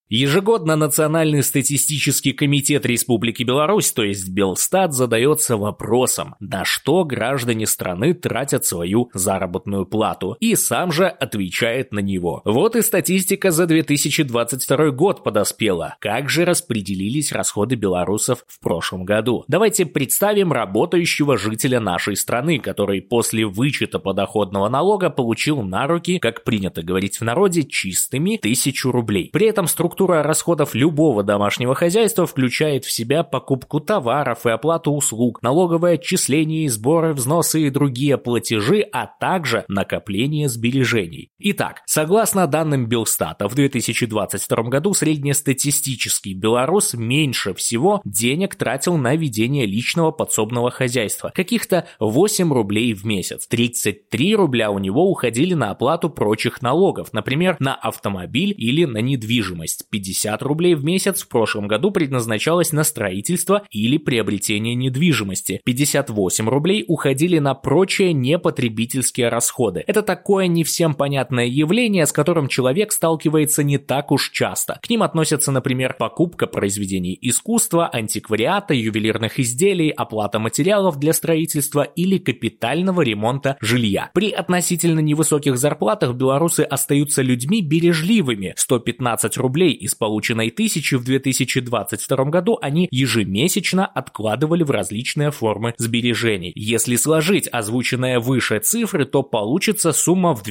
Ежегодно Национальный статистический комитет Республики Беларусь, то есть Белстат, задается вопросом, на что граждане страны тратят свою заработную плату, и сам же отвечает на него. Вот и статистика за 2022 год подоспела. Как же распределились расходы белорусов в прошлом году? Давайте представим работающего жителя нашей страны, который после вычета подоходного налога получил на руки, как принято говорить в народе, чистыми 1000 рублей. При этом структура расходов любого домашнего хозяйства включает в себя покупку товаров и оплату услуг, налоговое отчисление, сборы, взносы и другие платежи, а также накопление сбережений. Итак, согласно данным Белстата, в 2022 году среднестатистический белорус меньше всего денег тратил на ведение личного подсобного хозяйства, каких-то 8 рублей в месяц. 33 рубля у него уходили на оплату прочих налогов, например, на автомобиль или на недвижимость. 50 рублей в месяц в прошлом году предназначалось на строительство или приобретение недвижимости. 58 рублей уходили на прочие непотребительские расходы. Это такое не всем понятное явление, с которым человек сталкивается не так уж часто. К ним относятся, например, покупка произведений искусства, антиквариата, ювелирных изделий, оплата материалов для строительства или капитального ремонта жилья. При относительно невысоких зарплатах белорусы остаются людьми бережливыми. 115 рублей из полученной 1000 в 2022 году они ежемесячно откладывали в различные формы сбережений. Если сложить озвученные выше цифры, то получится сумма в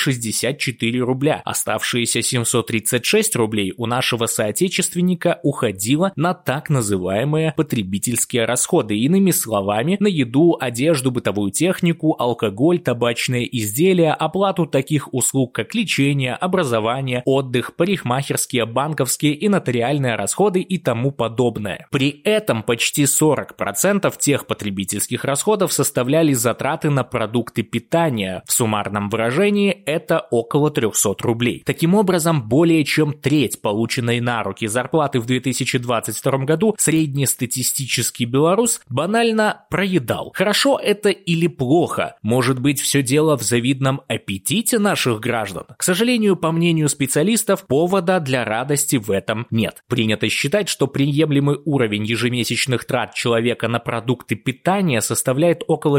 264 рубля. Оставшиеся 736 рублей у нашего соотечественника уходило на так называемые потребительские расходы. Иными словами, на еду, одежду, бытовую технику, алкоголь, табачные изделия, оплату таких услуг, как лечение, образование, отдых, парикмахерские, банковские и нотариальные расходы и тому подобное. При этом почти 40% тех потребительских расходов составляли затраты на продукты питания. В суммарном выражении это около 300 рублей. Таким образом, более чем треть полученной на руки зарплаты в 2022 году среднестатистический белорус банально проедал. Хорошо это или плохо? Может быть, все дело в завидном аппетите наших граждан? К сожалению, по мнению специалистов, повода для радости в этом нет. Принято считать, что приемлемый уровень ежемесячных трат человека на продукты питания составляет около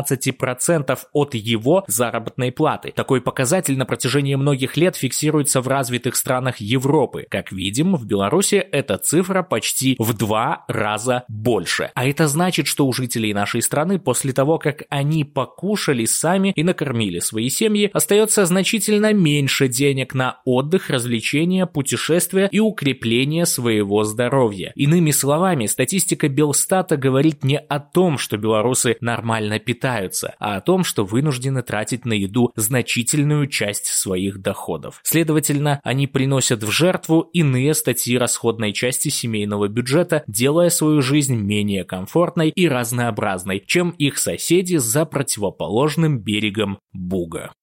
15% от его заработной платы. Такой показатель на протяжении многих лет фиксируется в развитых странах Европы. Как видим, в Беларуси эта цифра почти в 2 раза больше. А это значит, что у жителей нашей страны после того, как они покушали сами и накормили свои семьи, остается значительно меньше денег на отдых, развлечения, путешествия и укрепление своего здоровья. Иными словами, статистика Белстата говорит не о том, что белорусы нормально питаются, а о том, что вынуждены тратить на еду значительную часть своих доходов. Следовательно, они приносят в жертву иные статьи расходной части семейного бюджета, делая свою жизнь менее комфортной и разнообразной, чем их соседи за противоположным берегом Буга.